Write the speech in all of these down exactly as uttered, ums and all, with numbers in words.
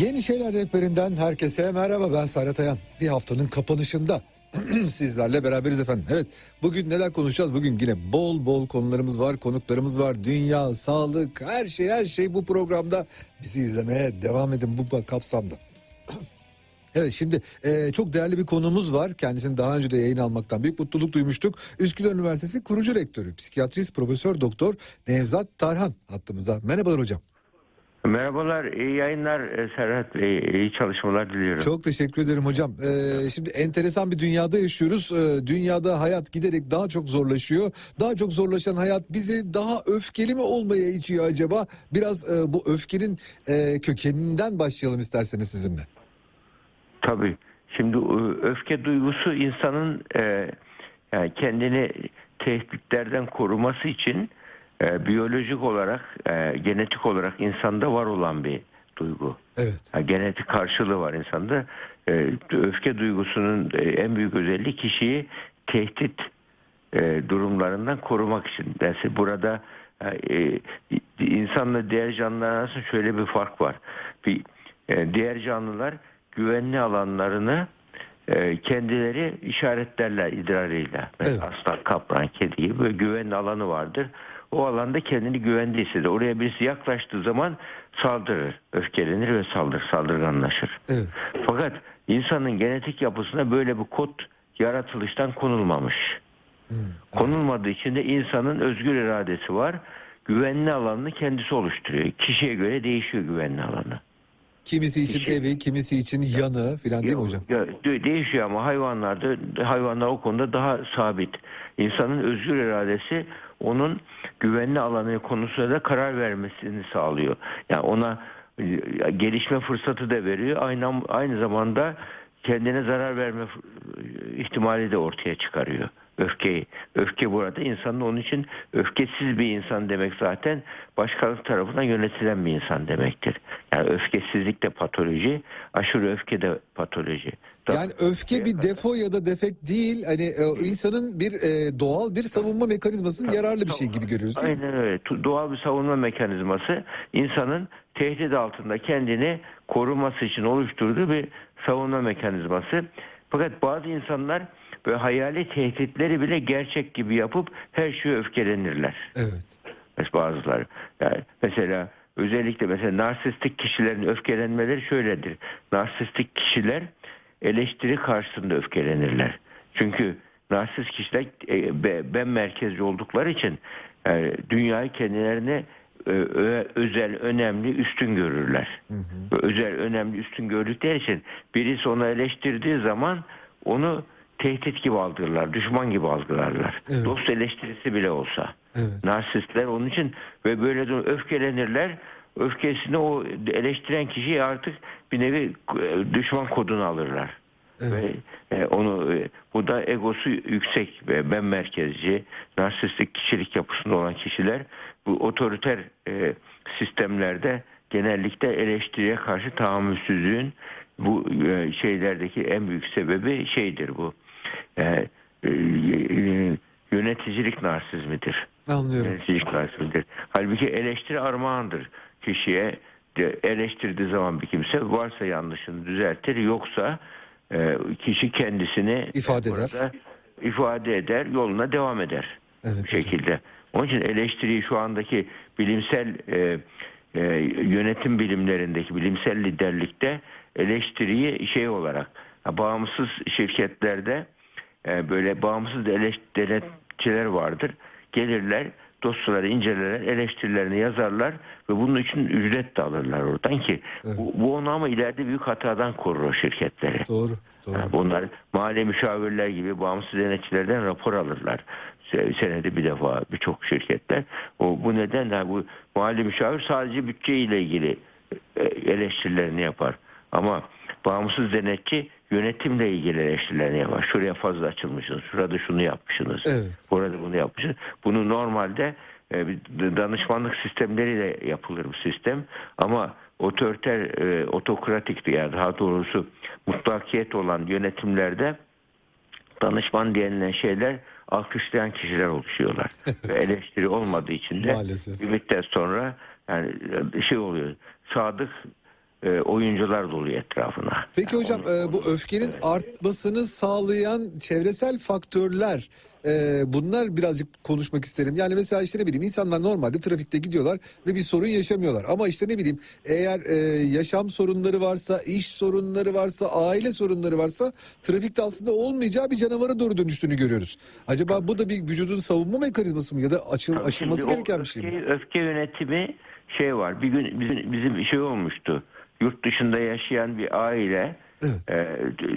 Yeni Şeyler Rehberinden herkese merhaba, ben Serhat Ayan. Bir haftanın kapanışında sizlerle beraberiz efendim. Evet, bugün neler konuşacağız? Bugün yine bol bol konularımız var, konuklarımız var. Dünya, sağlık, her şey her şey bu programda. Bizi izlemeye devam edin bu kapsamda. Evet, şimdi e, çok değerli bir konuğumuz var. Kendisini daha önce de yayın almaktan büyük mutluluk duymuştuk. Üsküdar Üniversitesi kurucu rektörü, psikiyatrist Profesör Doktor Nevzat Tarhan hattımızda. Merhabalar hocam. Merhabalar, iyi yayınlar Serhat Bey, iyi çalışmalar diliyorum. Çok teşekkür ederim hocam. Ee, şimdi enteresan bir dünyada yaşıyoruz. Ee, dünyada hayat giderek daha çok zorlaşıyor. Daha çok zorlaşan hayat bizi daha öfkeli mi olmaya itiyor acaba? Biraz e, bu öfkenin e, kökeninden başlayalım isterseniz sizinle. Tabii. Şimdi öfke duygusu insanın e, yani kendini tehditlerden koruması için e, biyolojik olarak, e, genetik olarak insanda var olan bir duygu. Evet. Yani genetik karşılığı var insanda. E, öfke duygusunun e, en büyük özelliği kişiyi tehdit e, durumlarından korumak için. Mesela burada e, insanla diğer canlılar arasında şöyle bir fark var. Bir e, diğer canlılar güvenli alanlarını e, kendileri işaretlerler idrarıyla. Mesela evet. Aslan, kaplan, kedi gibi böyle güvenli alanı vardır. O alanda kendini güvende hisseder. Oraya birisi yaklaştığı zaman saldırır, öfkelenir ve saldırır, saldırganlaşır. Evet. Fakat insanın genetik yapısına böyle bir kod yaratılıştan konulmamış. Hmm, konulmadığı için de insanın özgür iradesi var. Güvenli alanını kendisi oluşturuyor. Kişiye göre değişiyor güvenli alanı. Kimisi için Kişi, evi, kimisi için yanı filan değil mi hocam? De, değişiyor ama hayvanlarda, hayvanlar o konuda daha sabit. İnsanın özgür iradesi onun güvenli alanı konusunda da karar vermesini sağlıyor. Yani ona gelişme fırsatı da veriyor. Aynı aynı zamanda kendine zarar verme ihtimali de ortaya çıkarıyor. Öfkeyi. Öfke burada insanın onun için öfkesiz bir insan demek zaten başkaları tarafından yönetilen bir insan demektir. Yani öfkesizlik de patoloji, aşırı öfke de patoloji. Yani öfke bir defo ya da defekt değil. Hani e, insanın bir e, doğal bir savunma mekanizması, yararlı bir şey gibi görüyoruz değil mi? Aynen öyle. Doğal bir savunma mekanizması insanın tehdit altında kendini koruması için oluşturduğu bir savunma mekanizması. Fakat bazı insanlar böyle hayali tehditleri bile gerçek gibi yapıp her şeye öfkelenirler. Evet. Mesela bazıları. Yani mesela özellikle mesela narsistik kişilerin öfkelenmeleri şöyledir. Narsistik kişiler eleştiri karşısında öfkelenirler. Çünkü narsist kişiler ben merkezci oldukları için yani dünyayı kendilerine özel, önemli, üstün görürler. Hı hı. Özel, önemli, üstün gördükleri için birisi onu eleştirdiği zaman onu tehdit gibi algılarlar, düşman gibi algılarlar. Evet. Dost eleştirisi bile olsa. Evet. Narsistler onun için ve böyle de öfkelenirler. Öfkesini o eleştiren kişiyi artık bir nevi düşman kodunu alırlar. Evet. Ve onu bu da egosu yüksek ve ben merkezci, narsistik kişilik yapısında olan kişiler bu otoriter e, sistemlerde genellikle eleştiriye karşı tahammülsüzlüğün bu e, şeylerdeki en büyük sebebi şeydir bu. E, e, yöneticilik narsizmidir. Anlıyorum. Yöneticilik narsizmidir. Halbuki eleştiri armağandır. Kişiye de eleştirdiği zaman bir kimse varsa yanlışını düzeltir, yoksa e, kişi kendisini ifade eder. ifade eder, yoluna devam eder. Evet, bu şekilde. Hocam. Onun için eleştiriyi şu andaki bilimsel e, e, yönetim bilimlerindeki bilimsel liderlikte eleştiriyi şey olarak bağımsız şirketlerde e, böyle bağımsız denetçiler vardır. Gelirler, dosyaları incelerler, eleştirilerini yazarlar ve bunun için ücret de alırlar oradan ki evet. bu, bu onu ama ileride büyük hatadan korur o şirketleri. Doğru. Doğru. Yani bunlar mali müşavirler gibi bağımsız denetçilerden rapor alırlar. Senede bir defa birçok şirketler. O, bu nedenle bu mali müşavir sadece bütçe ile ilgili eleştirilerini yapar. Ama bağımsız denetçi yönetimle ilgili eleştirilerini yapar. Şuraya fazla açılmışsınız, şurada şunu yapmışsınız, evet. burada bunu yapmışsınız. Bunu normalde e, danışmanlık sistemleriyle yapılır bu sistem. Ama otoriter, e, otokratik yani daha doğrusu mutlakiyet olan yönetimlerde danışman denilen şeyler alkışlayan kişiler oluşuyorlar. Evet. Ve eleştiri olmadığı için de maalesef bir müddet sonra yani şey oluyor. Sadık e, oyuncular doluyor etrafına. Peki Yani hocam onu- e, bu öfkenin artmasını sağlayan çevresel faktörler, e, bunlar birazcık konuşmak isterim. Yani mesela işte ne bileyim, insanlar normalde trafikte gidiyorlar ve bir sorun yaşamıyorlar. Ama işte ne bileyim, eğer e, yaşam sorunları varsa, iş sorunları varsa, aile sorunları varsa trafikte aslında olmayacağı bir canavara doğru dönüştüğünü görüyoruz. Acaba bu da bir vücudun savunma mekanizması mı ya da açıl, Tabii aşılması şimdi o gereken bir şey mi? öfke, öfke yönetimi şey var. Bir gün bizim, bizim bir şey olmuştu. Yurt dışında yaşayan bir aile Evet. e, t-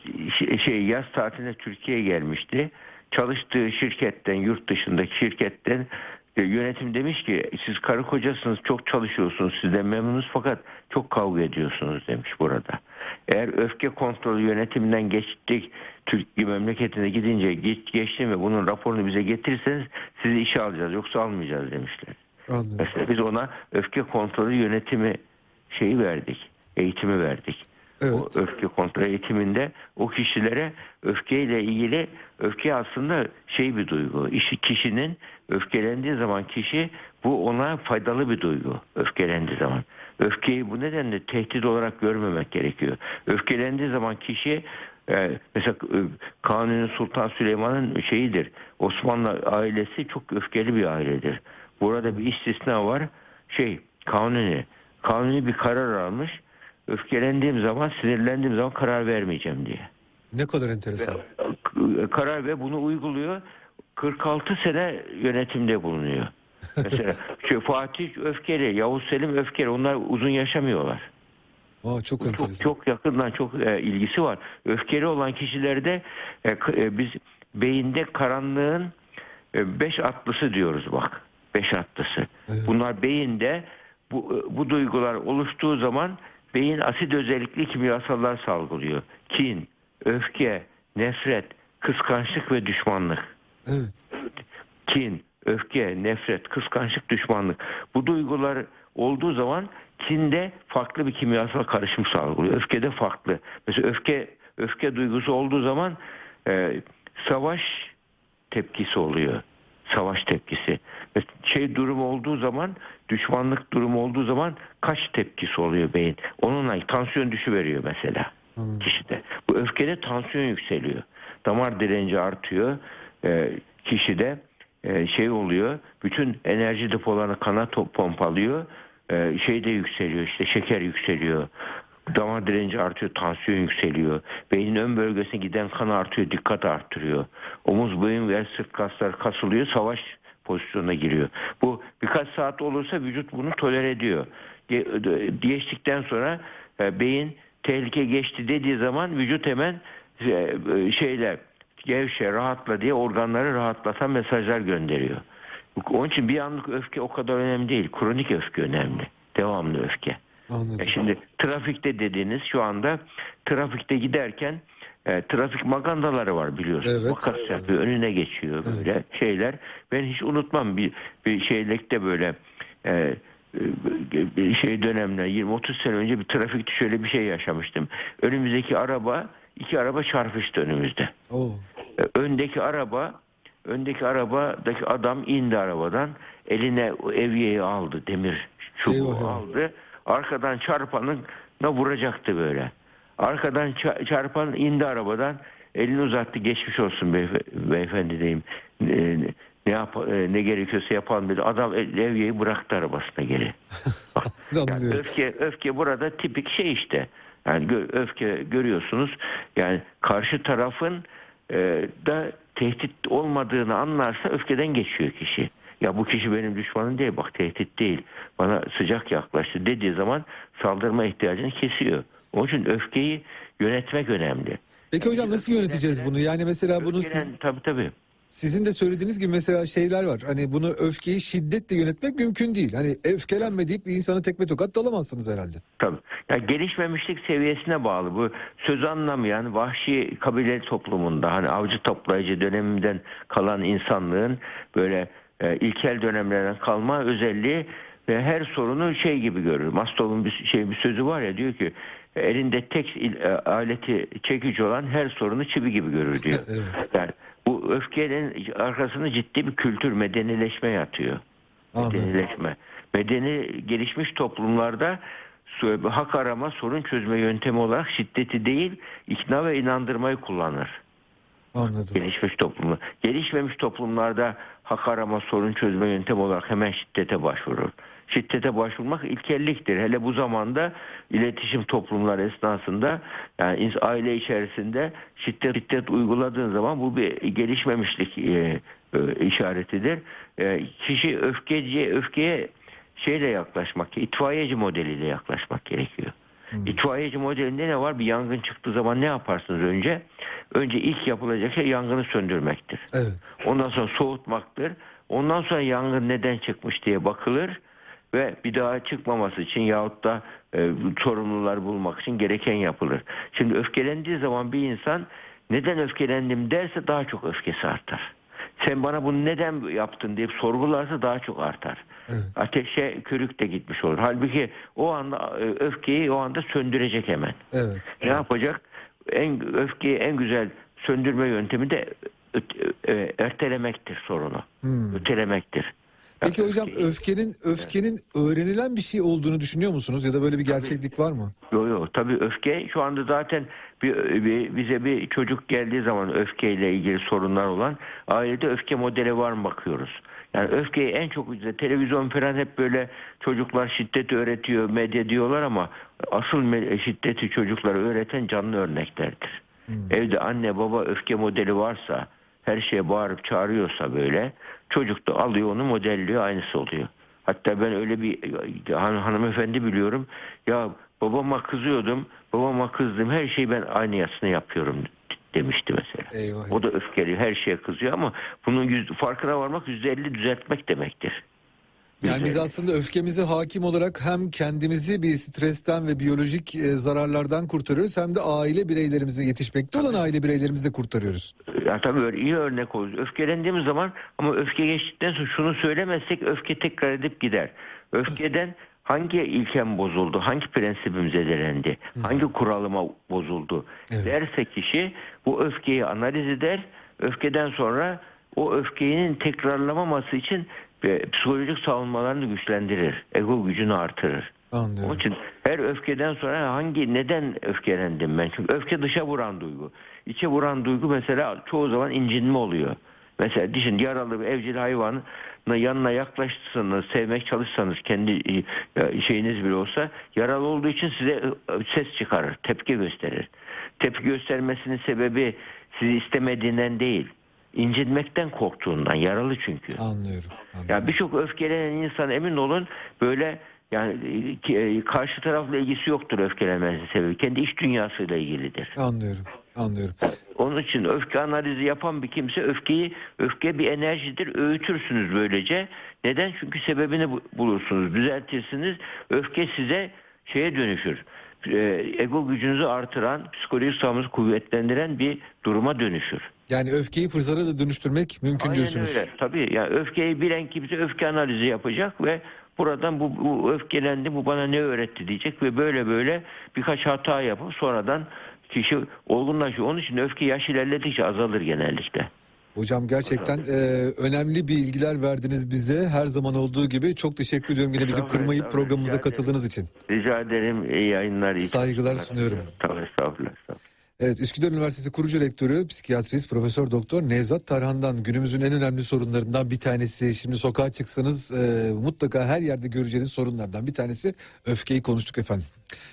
t- şey yaz tatiline Türkiye'ye gelmişti. Çalıştığı şirketten, yurt dışındaki şirketten e, yönetim demiş ki siz karı kocasınız, çok çalışıyorsunuz, sizden memnunuz fakat çok kavga ediyorsunuz demiş burada. Eğer öfke kontrolü yönetiminden geçtik, Türkiye memleketine gidince geç, geçti mi bunun raporunu bize getirirseniz sizi işe alacağız, yoksa almayacağız demişler. Anladım. Mesela biz ona öfke kontrolü yönetimi şeyi verdik, eğitimi verdik. Evet. O öfke kontrol eğitiminde o kişilere öfkeyle ilgili, öfke aslında şey bir duygu. İşi kişinin öfkelendiği zaman kişi, bu ona faydalı bir duygu öfkelendiği zaman. Öfkeyi bu nedenle tehdit olarak görmemek gerekiyor. Öfkelendiği zaman kişi e, mesela e, Kanuni Sultan Süleyman'ın şeyidir. Osmanlı ailesi çok öfkeli bir ailedir. Burada bir istisna var. Şey Kanuni. Kanuni bir karar almış. Öfkelendiğim zaman, sinirlendiğim zaman karar vermeyeceğim diye. Ne kadar enteresan. Ve karar ve bunu uyguluyor. kırk altı sene yönetimde bulunuyor. Mesela şu Fatih öfkeli, Yavuz Selim öfkeli. Onlar uzun yaşamıyorlar. Aa, çok Çok enteresan. çok yakından çok e, ilgisi var. Öfkeli olan kişilerde e, k- e, biz beyinde karanlığın e, beş atlısı diyoruz bak. Beş atlısı. Evet. Bunlar beyinde bu bu duygular oluştuğu zaman beyin asit özellikli kimyasallar salgılıyor. Kin, öfke, nefret, kıskançlık ve düşmanlık. Evet. Kin, öfke, nefret, kıskançlık, düşmanlık. Bu duygular olduğu zaman kinde farklı bir kimyasal karışım salgılıyor. Öfkede farklı. Mesela öfke öfke duygusu olduğu zaman e, savaş tepkisi oluyor. Savaş tepkisi. Ve şey durum olduğu zaman, düşmanlık durumu olduğu zaman kaç tepkisi oluyor beyin. Onunla tansiyon düşüveriyor mesela Hmm. kişide. Bu öfkede tansiyon yükseliyor. Damar direnci artıyor. E, kişide e, şey oluyor. Bütün enerji depolarını kana to- pompalıyor. E, şey de yükseliyor, işte şeker yükseliyor. Damar direnci artıyor, tansiyon yükseliyor. Beynin ön bölgesine giden kan artıyor, dikkat arttırıyor. Omuz, boyun ve sırt kasları kasılıyor, savaş pozisyonuna giriyor. Bu birkaç saat olursa vücut bunu tolere ediyor. Ge- Geçtikten sonra e, beyin tehlike geçti dediği zaman vücut hemen e, e, şeyler gevşe, rahatla diye organları rahatlatan mesajlar gönderiyor. Onun için bir anlık öfke o kadar önemli değil. Kronik öfke önemli. Devamlı öfke. Anladım. Ya şimdi trafikte dediğiniz, şu anda trafikte giderken e, trafik magandaları var biliyorsunuz. Evet. Makas yapıyor, önüne geçiyor böyle şeyler. Ben hiç unutmam bir, bir şeylikte böyle e, e, bir şey dönemler yirmi otuz sene önce bir trafikte şöyle bir şey yaşamıştım. Önümüzdeki araba, iki araba çarpıştı önümüzde. Oo. E, Öndeki araba, öndeki arabadaki adam indi arabadan, eline o evyeyi aldı, demir çubuğu Eyvah, eyvah. aldı. Arkadan çarpanına vuracaktı böyle. Arkadan ça- çarpan indi arabadan, elini uzattı, geçmiş olsun beyef- beyefendi diyeyim. Ne, ne, yap e, ne gerekiyorsa yapalım dedi. Adam el- evyeyi bıraktı arabasına geri. Bak, yani Anlıyorum. öfke öfke burada tipik şey işte. Yani gö- öfke görüyorsunuz. Yani karşı tarafın e, da tehdit olmadığını anlarsa öfkeden geçiyor kişi. Ya bu kişi benim düşmanım değil, bak tehdit değil, bana sıcak yaklaştı dediği zaman saldırma ihtiyacını kesiyor. Onun için öfkeyi yönetmek önemli. Peki hocam, nasıl yöneteceğiz bunu? Yani mesela bunu siz, Öfkelen, tabii tabii. sizin de söylediğiniz gibi mesela şeyler var. Hani bunu, öfkeyi şiddetle yönetmek mümkün değil. Hani öfkelenme deyip bir insanı tekme tokat dalamazsınız herhalde. Tabii. Ya gelişmemişlik seviyesine bağlı. Bu söz anlamayan vahşi kabile toplumunda, hani avcı toplayıcı döneminden kalan insanlığın böyle e, ilkel dönemlerden kalma özelliği ve her sorunu şey gibi görür. Maslow'un bir şey bir sözü var ya, diyor ki elinde tek il- e, aleti çekici olan her sorunu çivi gibi görür diyor. Evet. Yani bu öfkenin arkasında ciddi bir kültür, medenileşme yatıyor. Anladım. Medenileşme. Medeni gelişmiş toplumlarda so- hak arama, sorun çözme yöntemi olarak şiddeti değil, ikna ve inandırmayı kullanır. Anladım. Gelişmiş toplumlar. Gelişmemiş toplumlarda hak arama, sorun çözme yöntemi olarak hemen şiddete başvurur. Şiddete başvurmak ilkelliktir. Hele bu zamanda iletişim toplumlar esnasında, yani ins- aile içerisinde şiddet şiddet uyguladığın zaman bu bir gelişmemişlik e, e, işaretidir. E, kişi öfkeciye, öfkeye şeyle yaklaşmak, itfaiyeci modeliyle yaklaşmak gerekiyor. Hmm. İtfaiyeci modelinde ne var? Bir yangın çıktığı zaman ne yaparsınız önce? Önce ilk yapılacak şey yangını söndürmektir. Evet. Ondan sonra soğutmaktır. Ondan sonra yangın neden çıkmış diye bakılır ve bir daha çıkmaması için yahut da e, sorumluları bulmak için gereken yapılır. Şimdi öfkelendiği zaman bir insan neden öfkelendim derse daha çok öfkesi artar. Sen bana bunu neden yaptın deyip sorgularsa daha çok artar. Evet. Ateşe körük de gitmiş olur. Halbuki o anda e, öfkeyi o anda söndürecek hemen. Evet. Ne yapacak? En öfkeyi en güzel söndürme yöntemi de öt- e, ertelemektir sorunu. Hmm. Ötelemektir. Peki Ya hocam öfkeyi- öfkenin öfkenin öğrenilen bir şey olduğunu düşünüyor musunuz? Ya da böyle bir gerçeklik var mı? Yok yok, tabii öfke şu anda zaten bir, bir- bize bir çocuk geldiği zaman öfkeyle ilgili sorunlar olan ailede öfke modeli var mı bakıyoruz. Yani öfkeyi en çok bize televizyon falan hep böyle çocuklar şiddet öğretiyor, medya diyorlar ama asıl me- şiddeti çocuklara öğreten canlı örneklerdir. Hmm. Evde anne baba öfke modeli varsa, her şeye bağırıp çağırıyorsa böyle, çocuk da alıyor onu modelliyor, aynısı oluyor. Hatta ben öyle bir han- hanımefendi biliyorum. Ya babama kızıyordum, babama kızdım, her şeyi ben aynısını yapıyorum demişti mesela. Eyvah. O da öfkeli, her şeye kızıyor ama bunun yüz, farkına varmak yüzde elli düzeltmek demektir. Yani biz Yüzde elli. aslında öfkemize hakim olarak hem kendimizi bir stresten ve biyolojik e, zararlardan kurtarıyoruz hem de aile bireylerimizi, yetişmekte olan aile bireylerimizi de kurtarıyoruz. Ya tabii öyle iyi örnek oluruz. Öfkelendiğimiz zaman ama öfke geçtikten sonra şunu söylemezsek öfke tekrar edip gider. Öfkeden hangi ilkem bozuldu, hangi prensibim zedelendi, hangi kuralıma bozuldu Evet. derse kişi bu öfkeyi analiz eder. Öfkeden sonra o öfkenin tekrarlamaması için e, psikolojik savunmalarını güçlendirir. Ego gücünü artırır. Onun Anlıyorum. için her öfkeden sonra hangi neden öfkelendim ben? Çünkü öfke dışa vuran duygu. İçe vuran duygu mesela çoğu zaman incinme oluyor. Mesela düşün, yaralı bir evcil hayvanın yanına yaklaştırsanız, sevmek çalışsanız, kendi e, şeyiniz bile olsa, yaralı olduğu için size e, ses çıkarır, tepki gösterir. Tepki göstermesinin sebebi sizi istemediğinden değil, incinmekten korktuğundan, yaralı çünkü. Anlıyorum. Anlıyorum. Ya birçok öfkelenen insan, emin olun, böyle yani e, karşı tarafla ilgisi yoktur öfkelenmesinin sebebi. Kendi iç dünyasıyla ilgilidir. Anlıyorum. Anlıyorum. Onun için öfke analizi yapan bir kimse öfkeyi, öfke bir enerjidir, öğütürsünüz böylece. Neden? Çünkü sebebini bu- bulursunuz, düzeltirsiniz. Öfke size şeye dönüşür. E, ego gücünüzü artıran, psikolojik sahanızı kuvvetlendiren bir duruma dönüşür. Yani öfkeyi fırsata da dönüştürmek mümkün Aynen diyorsunuz. öyle. Tabii yani öfkeyi bilen kimse öfke analizi yapacak ve buradan bu, bu öfkelendi, bu bana ne öğretti diyecek ve böyle böyle birkaç hata yapıp sonradan kişi olgunlaşıyor. Onun için öfke yaş ilerledikçe azalır genellikle. Hocam gerçekten e, önemli bilgiler verdiniz bize. Her zaman olduğu gibi çok teşekkür ediyorum yine bizi Estağfurullah, kırmayıp estağfurullah. programımıza Rica ederim. katıldığınız için. Rica ederim. İyi yayınlar. Iyi Saygılar çalışmalar. sunuyorum. Tamam, estağfurullah. estağfurullah. Evet, Üsküdar Üniversitesi kurucu rektörü, psikiyatrist, Profesör Doktor Nevzat Tarhan'dan günümüzün en önemli sorunlarından bir tanesi. Şimdi sokağa çıksanız e, mutlaka her yerde göreceğiniz sorunlardan bir tanesi öfkeyi konuştuk efendim.